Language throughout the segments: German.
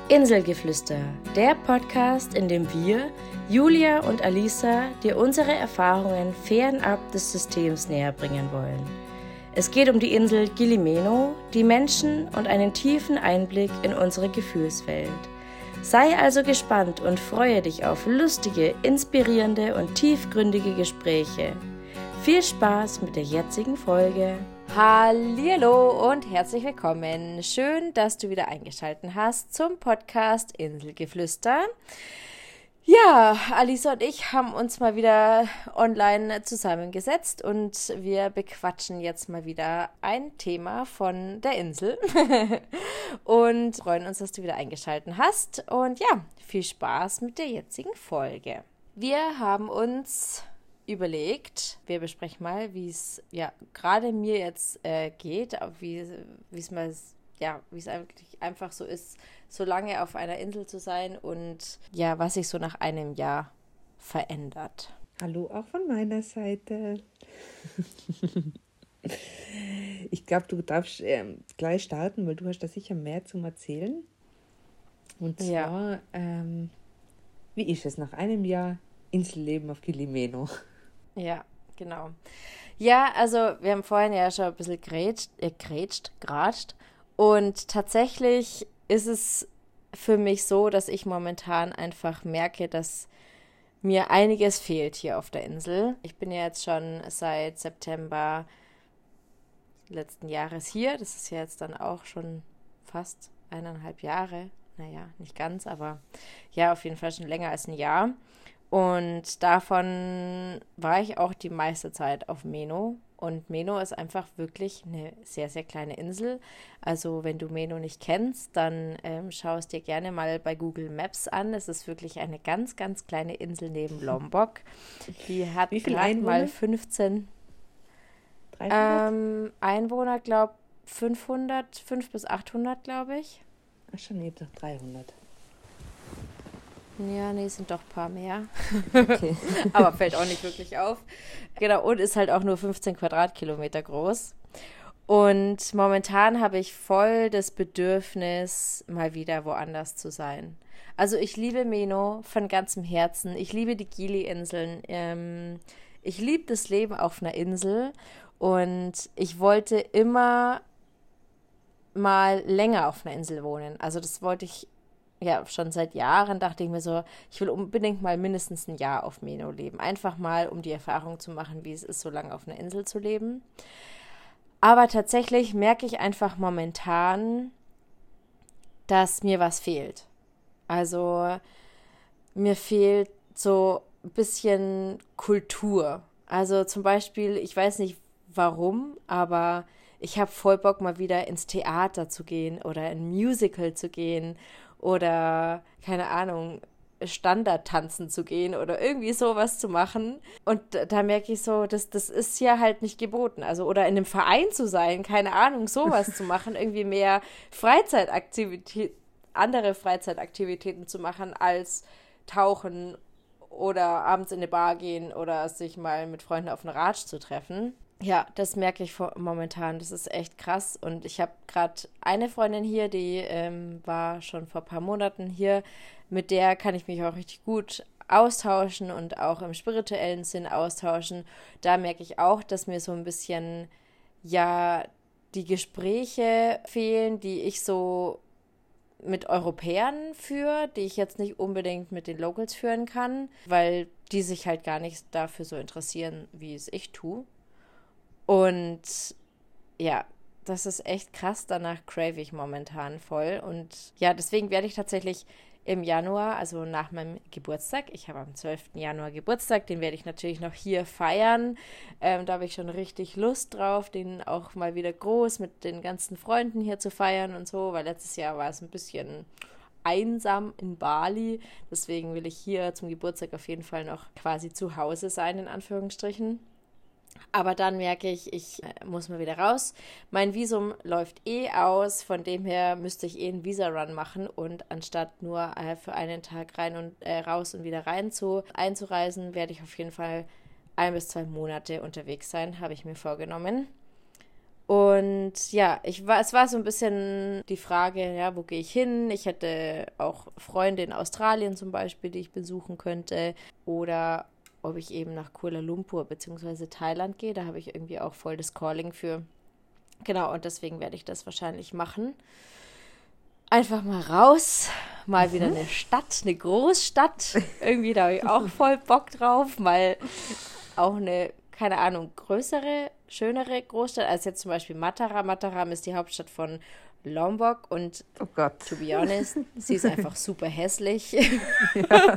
Inselgeflüster, der Podcast, in dem wir, Julia und Alisa, dir unsere Erfahrungen fernab des Systems näher bringen wollen. Es geht um die Insel Gili Meno, die Menschen und einen tiefen Einblick in unsere Gefühlswelt. Sei also gespannt und freue dich auf lustige, inspirierende und tiefgründige Gespräche. Viel Spaß mit der jetzigen Folge. Hallihallo und herzlich willkommen. Schön, dass du wieder eingeschaltet hast zum Podcast Inselgeflüster. Ja, Alisa und ich haben uns mal wieder online zusammengesetzt und wir bequatschen jetzt mal wieder ein Thema von der Insel und freuen uns, dass du wieder eingeschaltet hast. Und ja, viel Spaß mit der jetzigen Folge. Wir haben uns überlegt, wir besprechen mal, wie es ja gerade mir jetzt geht, wie es eigentlich einfach so ist, so lange auf einer Insel zu sein und ja, was sich so nach einem Jahr verändert. Hallo auch von meiner Seite. Ich glaube, du darfst gleich starten, weil du hast da sicher mehr zum Erzählen. Und zwar, wie ist es nach einem Jahr Inselleben auf Gili Meno? Ja, genau. Ja, also wir haben vorhin ja schon ein bisschen geratscht und tatsächlich ist es für mich so, dass ich momentan einfach merke, dass mir einiges fehlt hier auf der Insel. Ich bin ja jetzt schon seit September letzten Jahres hier. Das ist ja jetzt dann auch schon fast 1,5 Jahre. Naja, nicht ganz, aber ja, auf jeden Fall schon länger als ein Jahr. Und davon war ich auch die meiste Zeit auf Meno. Und Meno ist einfach wirklich eine sehr, sehr kleine Insel. Also wenn du Meno nicht kennst, dann schau es dir gerne mal bei Google Maps an. Es ist wirklich eine ganz, ganz kleine Insel neben Lombok. Die hat gerade mal 15 Einwohner, glaube ich, 500 bis 800, glaube ich. Ach schon, ihr habt doch 300. Ja, nee, es sind doch ein paar mehr. Okay. Aber fällt auch nicht wirklich auf. Genau, und ist halt auch nur 15 Quadratkilometer groß. Und momentan habe ich voll das Bedürfnis, mal wieder woanders zu sein. Also ich liebe Meno von ganzem Herzen. Ich liebe die Gili-Inseln. Ich liebe das Leben auf einer Insel. Und ich wollte immer mal länger auf einer Insel wohnen. Also das wollte ich ja schon seit Jahren, dachte ich mir so, ich will unbedingt mal mindestens ein Jahr auf Meno leben. Einfach mal, um die Erfahrung zu machen, wie es ist, so lange auf einer Insel zu leben. Aber tatsächlich merke ich einfach momentan, dass mir was fehlt. Also mir fehlt so ein bisschen Kultur. Also zum Beispiel, ich weiß nicht warum, aber ich habe voll Bock, mal wieder ins Theater zu gehen oder in ein Musical zu gehen oder, keine Ahnung, Standardtanzen zu gehen oder irgendwie sowas zu machen. Und da merke ich so, das ist ja halt nicht geboten. Also, oder in einem Verein zu sein, keine Ahnung, sowas zu machen, irgendwie mehr andere Freizeitaktivitäten zu machen, als tauchen oder abends in eine Bar gehen oder sich mal mit Freunden auf einen Ratsch zu treffen. Ja, das merke ich momentan. Das ist echt krass. Und ich habe gerade eine Freundin hier, die war schon vor ein paar Monaten hier. Mit der kann ich mich auch richtig gut austauschen und auch im spirituellen Sinn austauschen. Da merke ich auch, dass mir so ein bisschen, ja, die Gespräche fehlen, die ich so mit Europäern führe, die ich jetzt nicht unbedingt mit den Locals führen kann, weil die sich halt gar nicht dafür so interessieren, wie es ich tue. Und ja, das ist echt krass, danach crave ich momentan voll. Und ja, deswegen werde ich tatsächlich im Januar, also nach meinem Geburtstag, ich habe am 12. Januar Geburtstag, den werde ich natürlich noch hier feiern. Da habe ich schon richtig Lust drauf, den auch mal wieder groß mit den ganzen Freunden hier zu feiern und so, weil letztes Jahr war es ein bisschen einsam in Bali. Deswegen will ich hier zum Geburtstag auf jeden Fall noch quasi zu Hause sein, in Anführungsstrichen. Aber dann merke ich, ich muss mal wieder raus. Mein Visum läuft aus, von dem her müsste ich einen Visa-Run machen und anstatt nur für einen Tag rein und raus und wieder rein einzureisen, werde ich auf jeden Fall 1 bis 2 Monate unterwegs sein, habe ich mir vorgenommen. Und ja, es war so ein bisschen die Frage, ja, wo gehe ich hin? Ich hätte auch Freunde in Australien zum Beispiel, die ich besuchen könnte. Oder ob ich eben nach Kuala Lumpur bzw. Thailand gehe. Da habe ich irgendwie auch voll das Calling für. Genau, und deswegen werde ich das wahrscheinlich machen. Einfach mal raus, mal wieder eine Stadt, eine Großstadt. Irgendwie, da habe ich auch voll Bock drauf. Mal auch eine, keine Ahnung, größere, schönere Großstadt als jetzt zum Beispiel Mataram. Mataram ist die Hauptstadt von Lombok und Oh Gott. to be honest, sie ist einfach super hässlich. Ja.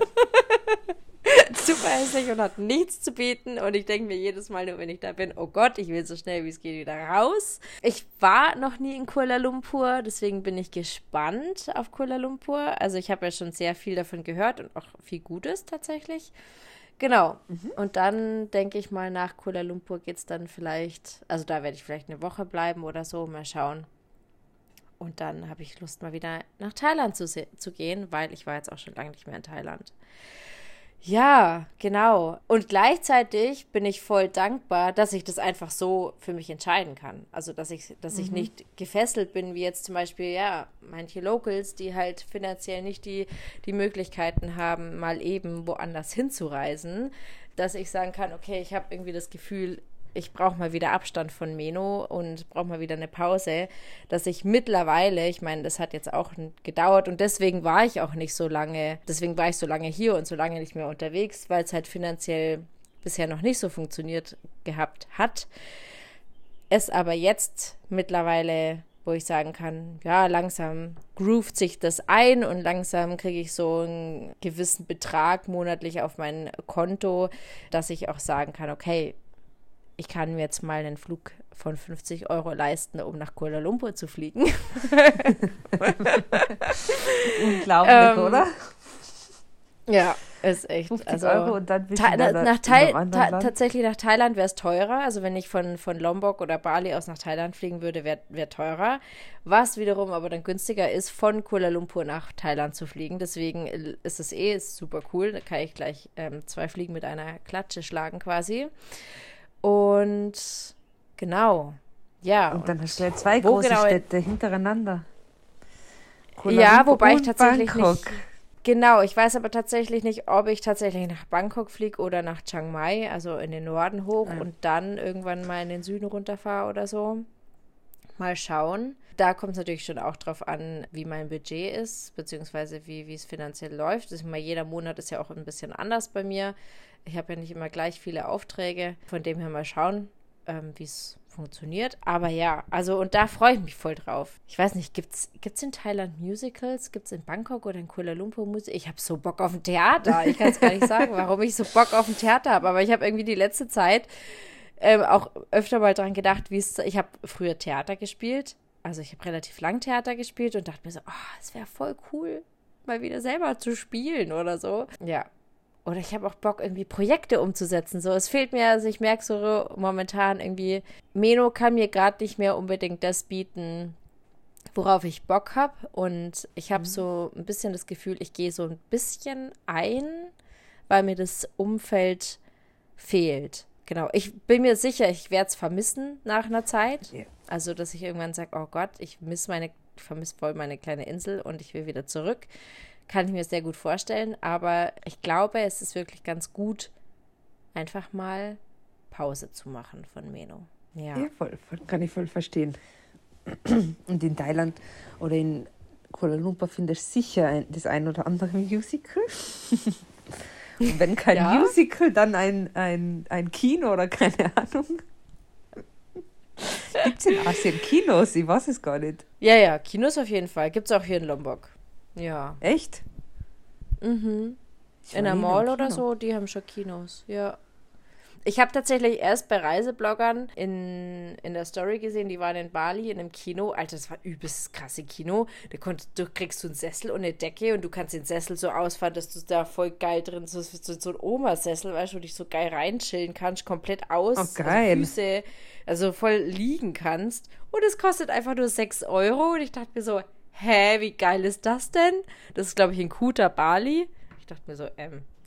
Super hässlich und hat nichts zu bieten. Und ich denke mir jedes Mal nur, wenn ich da bin, oh Gott, ich will so schnell wie es geht wieder raus. Ich war noch nie in Kuala Lumpur, deswegen bin ich gespannt auf Kuala Lumpur. Also ich habe ja schon sehr viel davon gehört und auch viel Gutes tatsächlich. Genau. Und dann denke ich mal, nach Kuala Lumpur geht es dann vielleicht, also da werde ich vielleicht eine Woche bleiben oder so, mal schauen. Und dann habe ich Lust, mal wieder nach Thailand zu gehen, weil ich war jetzt auch schon lange nicht mehr in Thailand. Ja, genau. Und gleichzeitig bin ich voll dankbar, dass ich das einfach so für mich entscheiden kann. Also, dass ich nicht gefesselt bin, wie jetzt zum Beispiel, ja, manche Locals, die halt finanziell nicht die Möglichkeiten haben, mal eben woanders hinzureisen, dass ich sagen kann, okay, ich habe irgendwie das Gefühl, ich brauche mal wieder Abstand von Meno und brauche mal wieder eine Pause, dass ich mittlerweile, ich meine, das hat jetzt auch gedauert und deswegen war ich so lange hier und so lange nicht mehr unterwegs, weil es halt finanziell bisher noch nicht so funktioniert gehabt hat. Es aber jetzt mittlerweile, wo ich sagen kann, ja, langsam groovt sich das ein und langsam kriege ich so einen gewissen Betrag monatlich auf mein Konto, dass ich auch sagen kann, okay, ich kann mir jetzt mal einen Flug von 50 € leisten, um nach Kuala Lumpur zu fliegen. Unglaublich, oder? Ja, ist echt. 50 also, € und dann bist du in einem anderen Land. tatsächlich nach Thailand wäre es teurer. Also wenn ich von Lombok oder Bali aus nach Thailand fliegen würde, wäre teurer. Was wiederum aber dann günstiger ist, von Kuala Lumpur nach Thailand zu fliegen. Deswegen ist es super cool. Da kann ich gleich 2 Fliegen mit einer Klatsche schlagen quasi. Und genau, ja. Und dann hast du ja 2 große Städte hintereinander. Ja, wobei ich tatsächlich nicht. Genau, ich weiß aber tatsächlich nicht, ob ich tatsächlich nach Bangkok fliege oder nach Chiang Mai, also in den Norden hoch und dann irgendwann mal in den Süden runterfahre oder so. Mal schauen. Da kommt es natürlich schon auch drauf an, wie mein Budget ist, beziehungsweise wie es finanziell läuft. Das ist immer, jeder Monat ist ja auch ein bisschen anders bei mir. Ich habe ja nicht immer gleich viele Aufträge, von dem her mal schauen, wie es funktioniert. Aber ja, also und da freue ich mich voll drauf. Ich weiß nicht, gibt's in Thailand Musicals? Gibt es in Bangkok oder in Kuala Lumpur Musik? Ich habe so Bock auf ein Theater. Ich kann es gar nicht sagen, warum ich so Bock auf ein Theater habe. Aber ich habe irgendwie die letzte Zeit auch öfter mal dran gedacht, ich habe früher Theater gespielt. Also ich habe relativ lang Theater gespielt und dachte mir so, es wäre voll cool, mal wieder selber zu spielen oder so. Ja. Oder ich habe auch Bock, irgendwie Projekte umzusetzen. So, es fehlt mir, also ich merke so momentan irgendwie, Meno kann mir gerade nicht mehr unbedingt das bieten, worauf ich Bock habe. Und ich habe so ein bisschen das Gefühl, ich gehe so ein bisschen ein, weil mir das Umfeld fehlt. Genau, ich bin mir sicher, ich werde es vermissen nach einer Zeit. Yeah. Also, dass ich irgendwann sage, oh Gott, ich vermisse voll meine kleine Insel und ich will wieder zurück. Kann ich mir sehr gut vorstellen, aber ich glaube, es ist wirklich ganz gut, einfach mal Pause zu machen von Meno. Ja, voll, kann ich voll verstehen. Und in Thailand oder in Kuala Lumpur findest du sicher das ein oder andere Musical. Und wenn kein Musical, dann ein Kino oder keine Ahnung. Gibt es in Asien Kinos? Ich weiß es gar nicht. Ja, Kinos auf jeden Fall. Gibt es auch hier in Lombok. Ja. Echt? Mhm. In der Mall oder so, die haben schon Kinos, ja. Ich habe tatsächlich erst bei Reisebloggern in der Story gesehen, die waren in Bali in einem Kino. Alter, das war übelst krasse Kino. Du kriegst so einen Sessel und eine Decke und du kannst den Sessel so ausfahren, dass du da voll geil drin, so ein Oma-Sessel, weißt du, wo du dich so geil reinchillen kannst, komplett aus. Oh, geil. Also Füße, also voll liegen kannst. Und es kostet einfach nur 6 € und ich dachte mir so, wie geil ist das denn? Das ist, glaube ich, in Kuta, Bali. Ich dachte mir so,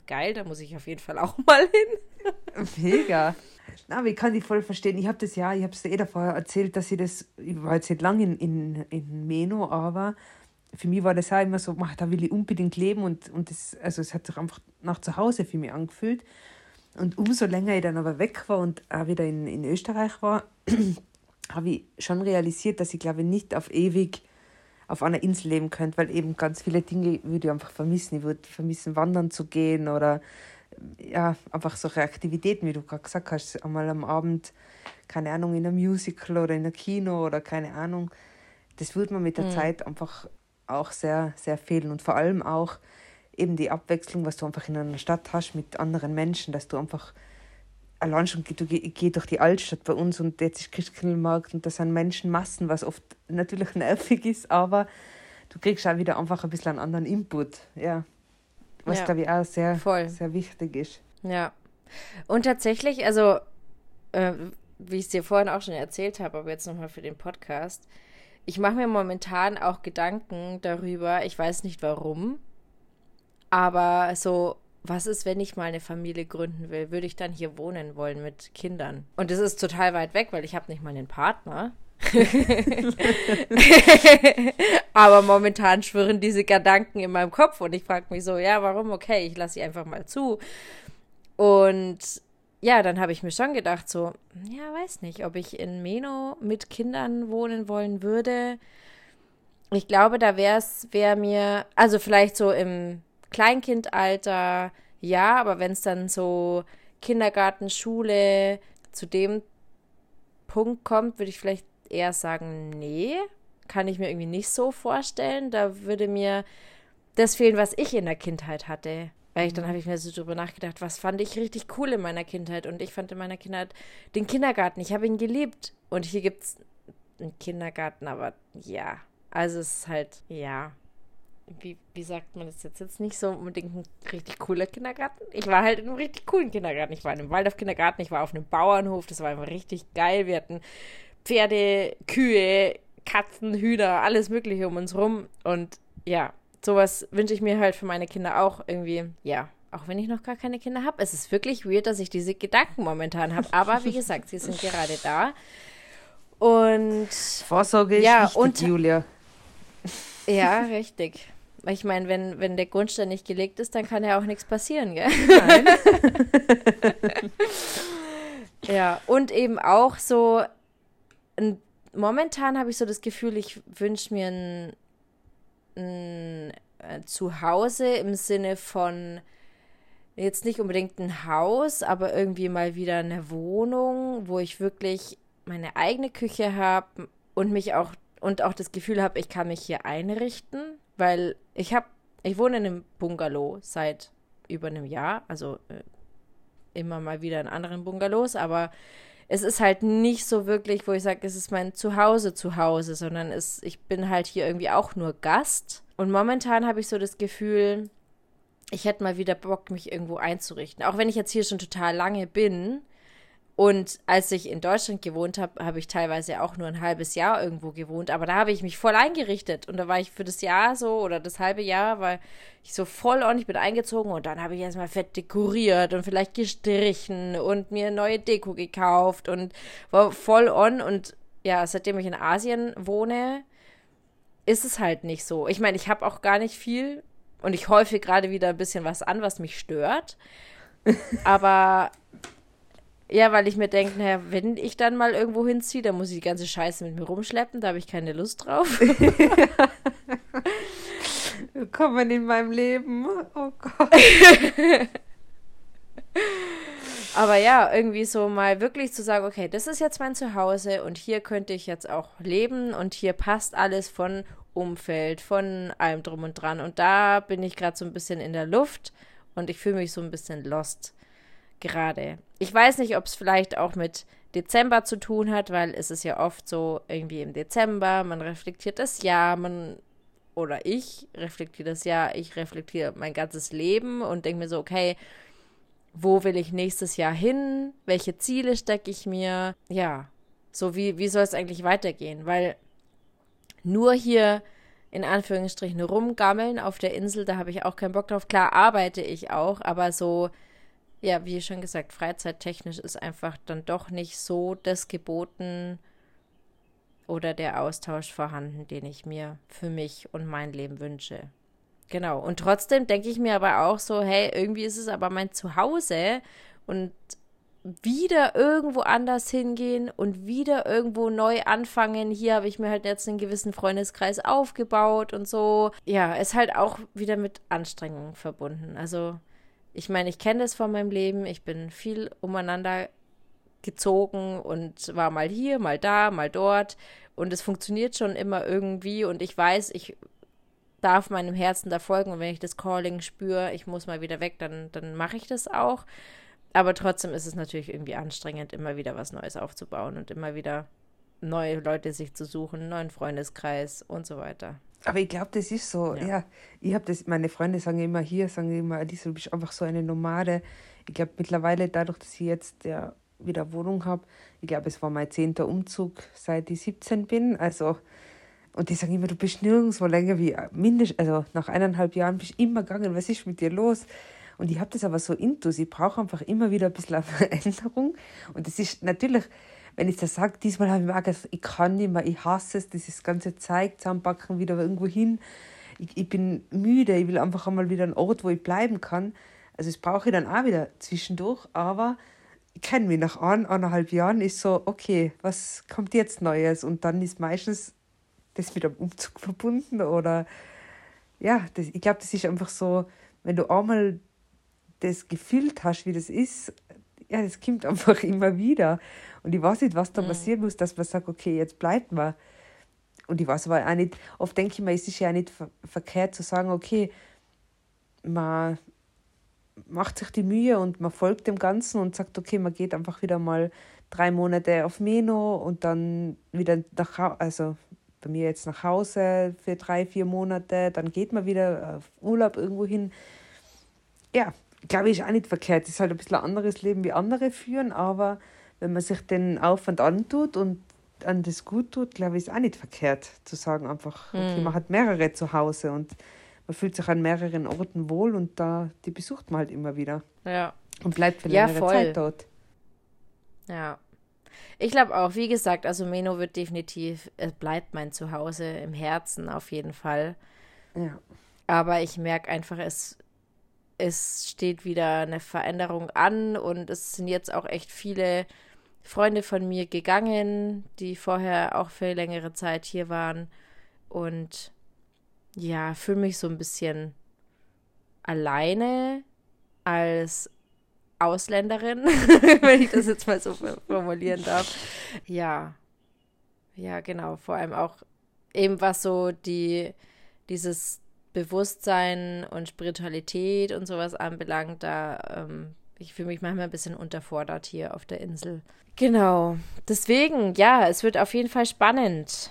geil, da muss ich auf jeden Fall auch mal hin. Mega. Na, aber ich kann dich voll verstehen. Ich habe es dir davor erzählt, ich war jetzt nicht lange in Meno, aber für mich war das auch immer so, da will ich unbedingt leben und es hat sich einfach nach zu Hause für mich angefühlt. Und umso länger ich dann aber weg war und auch wieder in Österreich war, habe ich schon realisiert, dass ich glaube nicht auf ewig auf einer Insel leben könnte, weil eben ganz viele Dinge würde ich einfach vermissen. Ich würde vermissen, wandern zu gehen oder ja, einfach solche Aktivitäten, wie du gerade gesagt hast, einmal am Abend, keine Ahnung, in einem Musical oder in einem Kino oder keine Ahnung. Das würde mir mit der Zeit einfach auch sehr, sehr fehlen. Und vor allem auch eben die Abwechslung, was du einfach in einer Stadt hast mit anderen Menschen, dass du einfach allein schon, ich gehe durch die Altstadt bei uns und jetzt ist Christkindlmarkt und da sind Menschenmassen, was oft natürlich nervig ist, aber du kriegst auch wieder einfach ein bisschen einen anderen Input, ja. Was, glaube ich, auch sehr, sehr wichtig ist. Ja. Und tatsächlich, also, wie ich es dir vorhin auch schon erzählt habe, aber jetzt nochmal für den Podcast, ich mache mir momentan auch Gedanken darüber, ich weiß nicht warum, aber so, was ist, wenn ich mal eine Familie gründen will? Würde ich dann hier wohnen wollen mit Kindern? Und das ist total weit weg, weil ich habe nicht mal einen Partner. Aber momentan schwirren diese Gedanken in meinem Kopf und ich frage mich so, ja, warum? Okay, ich lasse sie einfach mal zu. Und ja, dann habe ich mir schon gedacht so, ja, weiß nicht, ob ich in Meno mit Kindern wohnen wollen würde. Ich glaube, da wäre mir, also vielleicht so im Kleinkindalter, ja, aber wenn es dann so Kindergarten, Schule zu dem Punkt kommt, würde ich vielleicht eher sagen, nee, kann ich mir irgendwie nicht so vorstellen. Da würde mir das fehlen, was ich in der Kindheit hatte. Weil dann habe ich mir so drüber nachgedacht, was fand ich richtig cool in meiner Kindheit. Und ich fand in meiner Kindheit den Kindergarten, ich habe ihn geliebt. Und hier gibt es einen Kindergarten, aber ja, also es ist halt, ja, wie sagt man das jetzt nicht so unbedingt ein richtig cooler Kindergarten. Ich war halt in einem richtig coolen Kindergarten. Ich war in einem Waldorf-Kindergarten, ich war auf einem Bauernhof, das war einfach richtig geil. Wir hatten Pferde, Kühe, Katzen, Hühner, alles Mögliche um uns rum. Und ja, sowas wünsche ich mir halt für meine Kinder auch irgendwie, ja, auch wenn ich noch gar keine Kinder habe. Es ist wirklich weird, dass ich diese Gedanken momentan habe. Aber wie gesagt, sie sind gerade da. Und Vorsorge ist wichtig, Julia. Ja, richtig. Ich meine, wenn der Grundstein nicht gelegt ist, dann kann ja auch nichts passieren, gell? Nein. Ja, und eben auch so, momentan habe ich so das Gefühl, ich wünsche mir ein Zuhause im Sinne von jetzt nicht unbedingt ein Haus, aber irgendwie mal wieder eine Wohnung, wo ich wirklich meine eigene Küche habe und auch das Gefühl habe, ich kann mich hier einrichten, weil ich wohne in einem Bungalow seit über einem Jahr, also immer mal wieder in anderen Bungalows, aber es ist halt nicht so wirklich, wo ich sage, es ist mein Zuhause, sondern ich bin halt hier irgendwie auch nur Gast. Und momentan habe ich so das Gefühl, ich hätte mal wieder Bock, mich irgendwo einzurichten. Auch wenn ich jetzt hier schon total lange bin. Und als ich in Deutschland gewohnt habe, habe ich teilweise auch nur ein halbes Jahr irgendwo gewohnt. Aber da habe ich mich voll eingerichtet. Und da war ich für das Jahr so, oder das halbe Jahr, war ich so voll on. Ich bin eingezogen und dann habe ich erstmal fett dekoriert und vielleicht gestrichen und mir neue Deko gekauft und war voll on. Und ja, seitdem ich in Asien wohne, ist es halt nicht so. Ich meine, ich habe auch gar nicht viel und ich häufe gerade wieder ein bisschen was an, was mich stört. Aber ja, weil ich mir denke, naja, wenn ich dann mal irgendwo hinziehe, dann muss ich die ganze Scheiße mit mir rumschleppen, da habe ich keine Lust drauf. Willkommen in meinem Leben. Oh Gott. Aber ja, irgendwie so mal wirklich zu sagen, okay, das ist jetzt mein Zuhause und hier könnte ich jetzt auch leben und hier passt alles von Umfeld, von allem drum und dran. Und da bin ich gerade so ein bisschen in der Luft und ich fühle mich so ein bisschen lost gerade. Ich weiß nicht, ob es vielleicht auch mit Dezember zu tun hat, weil es ist ja oft so irgendwie im Dezember, man reflektiert das Jahr, ich reflektiere das Jahr, ich reflektiere mein ganzes Leben und denke mir so, okay, wo will ich nächstes Jahr hin? Welche Ziele stecke ich mir? Ja, so wie soll es eigentlich weitergehen? Weil nur hier in Anführungsstrichen rumgammeln auf der Insel, da habe ich auch keinen Bock drauf. Klar arbeite ich auch, aber so, ja, wie schon gesagt, freizeittechnisch ist einfach dann doch nicht so das geboten oder der Austausch vorhanden, den ich mir für mich und mein Leben wünsche. Genau. Und trotzdem denke ich mir aber auch so, hey, irgendwie ist es aber mein Zuhause und wieder irgendwo anders hingehen und wieder irgendwo neu anfangen. Hier habe ich mir halt jetzt einen gewissen Freundeskreis aufgebaut und so. Ja, ist halt auch wieder mit Anstrengungen verbunden. Also, ich meine, ich kenne das von meinem Leben. Ich bin viel umeinander gezogen und war mal hier, mal da, mal dort. Und es funktioniert schon immer irgendwie. Und ich weiß, ich darf meinem Herzen da folgen. Und wenn ich das Calling spüre, ich muss mal wieder weg, dann mache ich das auch. Aber trotzdem ist es natürlich irgendwie anstrengend, immer wieder was Neues aufzubauen und immer wieder neue Leute sich zu suchen, einen neuen Freundeskreis und so weiter. Aber ich glaube, das ist so, ja. Ich habe das, meine Freunde sagen immer Alisa, du bist einfach so eine Nomade. Ich glaube mittlerweile, dadurch, dass ich jetzt ja wieder Wohnung habe, ich glaube, es war mein 10. Umzug, seit ich 17 bin. Also, und die sagen immer, du bist nirgendwo länger wie also nach 1,5 Jahren bist du immer gegangen, was ist mit dir los? Und ich habe das aber so intus, ich brauche einfach immer wieder ein bisschen eine Veränderung. Und das ist natürlich, wenn ich das sage, diesmal habe ich mir auch gesagt, ich kann nicht mehr, ich hasse es, dieses ganze Zeug zusammenpacken, wieder irgendwo hin. Ich bin müde, ich will einfach einmal wieder einen Ort, wo ich bleiben kann. Also das brauche ich dann auch wieder zwischendurch, aber ich kenne mich nach 1,5 Jahren, ist so, okay, was kommt jetzt Neues? Und dann ist meistens das mit einem Umzug verbunden oder ja, ich glaube, das ist einfach so, wenn du einmal das gefühlt hast, wie das ist, ja, das kommt einfach immer wieder. Und ich weiß nicht, was da passieren muss, dass man sagt, okay, jetzt bleibt man. Und ich weiß aber auch nicht, oft denke ich mir, es ist ja auch nicht verkehrt zu sagen, okay, man macht sich die Mühe und man folgt dem Ganzen und sagt, okay, man geht einfach wieder mal 3 Monate auf Meno und dann wieder also bei mir jetzt nach Hause für 3-4 Monate, dann geht man wieder auf Urlaub irgendwo hin. Ja, glaube ich, ist auch nicht verkehrt. Es ist halt ein bisschen ein anderes Leben, wie andere führen, aber wenn man sich den Aufwand antut und an das gut tut, glaube ich, ist auch nicht verkehrt zu sagen einfach, okay, man hat mehrere zu Hause und man fühlt sich an mehreren Orten wohl und die besucht man halt immer wieder. Ja. Und bleibt für längere Zeit dort. Ja. Ich glaube auch, wie gesagt, also Meno wird definitiv, es bleibt mein Zuhause im Herzen auf jeden Fall. Ja. Aber ich merke einfach, es steht wieder eine Veränderung an und es sind jetzt auch echt viele Freunde von mir gegangen, die vorher auch für längere Zeit hier waren und ja, fühle mich so ein bisschen alleine als Ausländerin, wenn ich das jetzt mal so formulieren darf. Ja, genau, vor allem auch eben was so dieses Bewusstsein und Spiritualität und sowas anbelangt, ich fühle mich manchmal ein bisschen unterfordert hier auf der Insel. Genau, deswegen, ja, es wird auf jeden Fall spannend.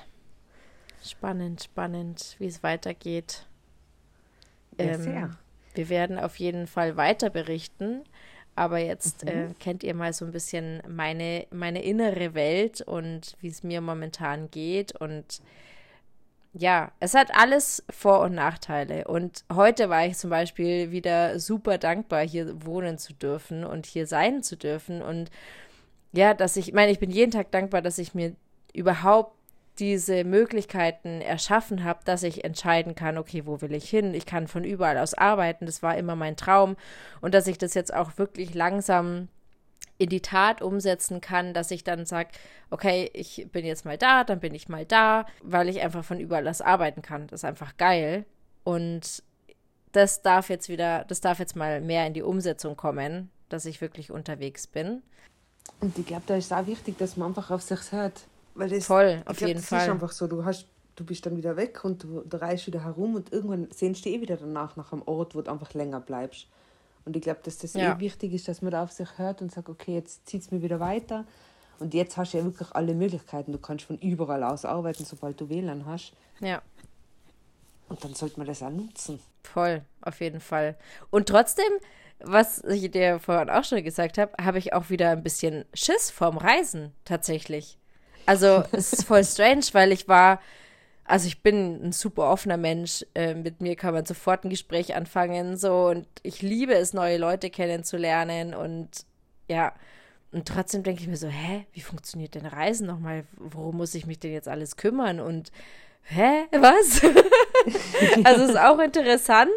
Spannend, wie es weitergeht. Ja, sehr. Wir werden auf jeden Fall weiter berichten, aber jetzt kennt ihr mal so ein bisschen meine innere Welt und wie es mir momentan geht und ja, es hat alles Vor- und Nachteile. Und heute war ich zum Beispiel wieder super dankbar, hier wohnen zu dürfen und hier sein zu dürfen. Und ja, ich bin jeden Tag dankbar, dass ich mir überhaupt diese Möglichkeiten erschaffen habe, dass ich entscheiden kann, okay, wo will ich hin? Ich kann von überall aus arbeiten. Das war immer mein Traum. Und dass ich das jetzt auch wirklich langsam in die Tat umsetzen kann, dass ich dann sage, okay, ich bin jetzt mal da, dann bin ich mal da, weil ich einfach von überall aus arbeiten kann. Das ist einfach geil. Und das darf jetzt mal mehr in die Umsetzung kommen, dass ich wirklich unterwegs bin. Und ich glaube, da ist auch wichtig, dass man einfach auf sich hört. Weil das, voll, auf jeden Fall. Das ist einfach so, du bist dann wieder weg und du reist wieder herum und irgendwann sehnst du wieder danach nach einem Ort, wo du einfach länger bleibst. Und ich glaube, dass das wichtig ist, dass man da auf sich hört und sagt, okay, jetzt zieht es mir wieder weiter. Und jetzt hast du ja wirklich alle Möglichkeiten. Du kannst von überall aus arbeiten, sobald du WLAN hast. Ja. Und dann sollte man das auch nutzen. Voll, auf jeden Fall. Und trotzdem, was ich dir vorhin auch schon gesagt habe, habe ich auch wieder ein bisschen Schiss vorm Reisen, tatsächlich. Also, es ist voll strange, weil ich war also ich bin ein super offener Mensch. Mit mir kann man sofort ein Gespräch anfangen, so, und ich liebe es, neue Leute kennenzulernen und ja, und trotzdem denke ich mir so, wie funktioniert denn Reisen nochmal? Worum muss ich mich denn jetzt alles kümmern? Und was? Also ist auch interessant.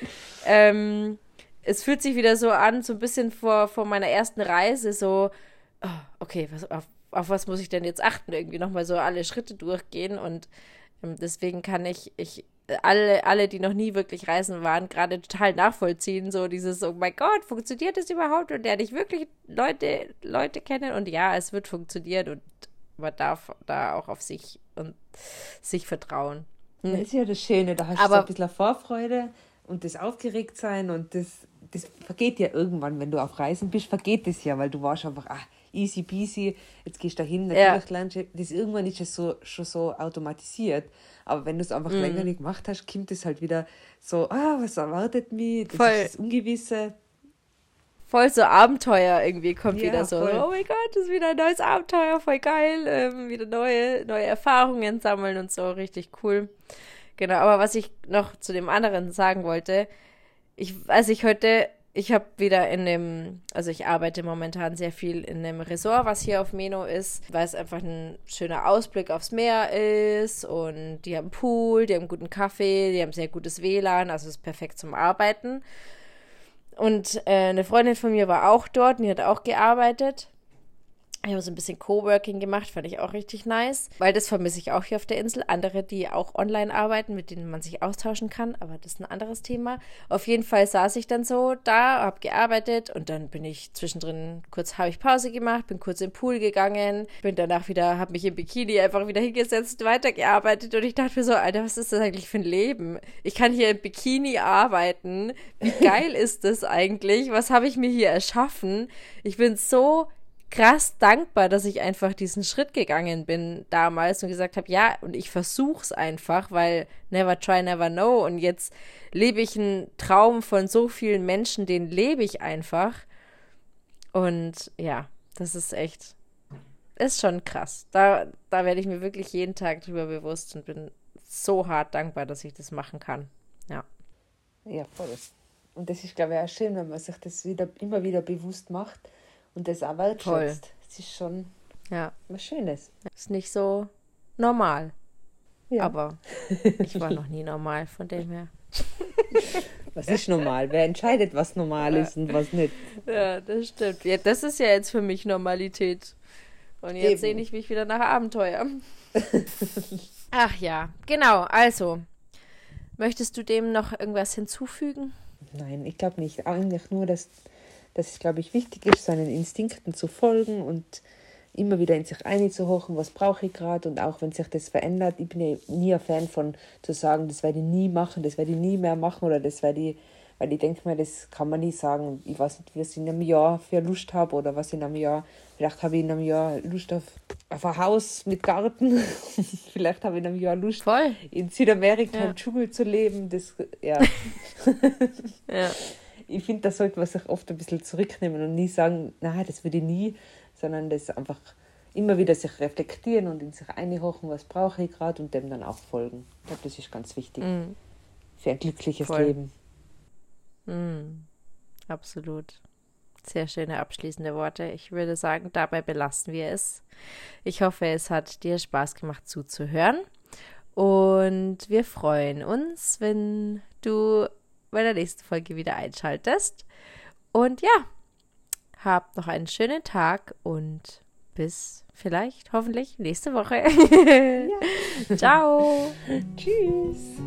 Es fühlt sich wieder so an, so ein bisschen vor meiner ersten Reise, so, oh, okay, auf was muss ich denn jetzt achten? Irgendwie nochmal so alle Schritte durchgehen und deswegen kann ich alle, die noch nie wirklich reisen waren, gerade total nachvollziehen, so dieses, oh mein Gott, funktioniert das überhaupt? Und lerne ich wirklich Leute kennen? Und ja, es wird funktionieren und man darf da auch auf sich und sich vertrauen. Das ist ja das Schöne, da hast du so ein bisschen Vorfreude und das Aufgeregtsein und das vergeht ja irgendwann, wenn du auf Reisen bist, vergeht das ja, weil du warst einfach, easy peasy, jetzt gehst du da hin, natürlich lernst du, irgendwann ist es schon so automatisiert, aber wenn du es einfach länger nicht gemacht hast, kommt es halt wieder so, was erwartet mich, das ist das Ungewisse. Voll so Abenteuer irgendwie kommt wieder so, voll. Oh mein Gott, das ist wieder ein neues Abenteuer, voll geil, wieder neue Erfahrungen sammeln und so, richtig cool. Genau, aber was ich noch zu dem anderen sagen wollte, ich habe wieder ich arbeite momentan sehr viel in einem Resort, was hier auf Meno ist, weil es einfach ein schöner Ausblick aufs Meer ist und die haben einen Pool, die haben guten Kaffee, die haben sehr gutes WLAN, also ist perfekt zum Arbeiten. Und eine Freundin von mir war auch dort und die hat auch gearbeitet. Ich habe so ein bisschen Coworking gemacht, fand ich auch richtig nice, weil das vermisse ich auch hier auf der Insel. Andere, die auch online arbeiten, mit denen man sich austauschen kann, aber das ist ein anderes Thema. Auf jeden Fall saß ich dann so da, habe gearbeitet und dann bin ich zwischendrin habe ich Pause gemacht, bin kurz in den Pool gegangen, bin danach wieder, habe mich im Bikini einfach wieder hingesetzt, weitergearbeitet und ich dachte mir so, Alter, was ist das eigentlich für ein Leben? Ich kann hier im Bikini arbeiten. Wie geil ist das eigentlich? Was habe ich mir hier erschaffen? Ich bin so krass dankbar, dass ich einfach diesen Schritt gegangen bin damals und gesagt habe, ja, und ich versuch's einfach, weil never try, never know. Und jetzt lebe ich einen Traum von so vielen Menschen, den lebe ich einfach. Und ja, das ist schon krass. Da werde ich mir wirklich jeden Tag drüber bewusst und bin so hart dankbar, dass ich das machen kann. Ja. Ja, voll. Und das ist, glaube ich, auch schön, wenn man sich das immer wieder bewusst macht. Und das auch wertschätzt. Das ist schon was Schönes. Ist nicht so normal. Ja. Aber ich war noch nie normal, von dem her. Was ist normal? Wer entscheidet, was normal ist und was nicht? Ja, das stimmt. Ja, das ist ja jetzt für mich Normalität. Und jetzt sehe ich mich wieder nach Abenteuer. Ach ja, genau. Also, möchtest du dem noch irgendwas hinzufügen? Nein, ich glaube nicht. Eigentlich nur, dass es, glaube ich, wichtig ist, seinen Instinkten zu folgen und immer wieder in sich einzuhorchen, was brauche ich gerade, und auch wenn sich das verändert. Ich bin ja nie ein Fan von zu sagen, das werde ich nie machen, das werde ich nie mehr machen oder das werde ich, weil ich denke mir, das kann man nie sagen. Ich weiß nicht, was ich in einem Jahr für Lust habe oder was in einem Jahr, vielleicht habe ich in einem Jahr Lust auf ein Haus mit Garten, vielleicht habe ich in einem Jahr Lust, in Südamerika im Dschungel zu leben. Das, ja. Ich finde, da sollte man sich oft ein bisschen zurücknehmen und nie sagen, nein, das würde ich nie, sondern das einfach immer wieder sich reflektieren und in sich einhorchen, was brauche ich gerade, und dem dann auch folgen. Ich glaube, das ist ganz wichtig für ein glückliches Leben. Absolut. Sehr schöne abschließende Worte. Ich würde sagen, dabei belassen wir es. Ich hoffe, es hat dir Spaß gemacht zuzuhören. Und wir freuen uns, wenn du bei der nächsten Folge wieder einschaltest. Und ja, habt noch einen schönen Tag und bis vielleicht, hoffentlich, nächste Woche. Ciao. Tschüss.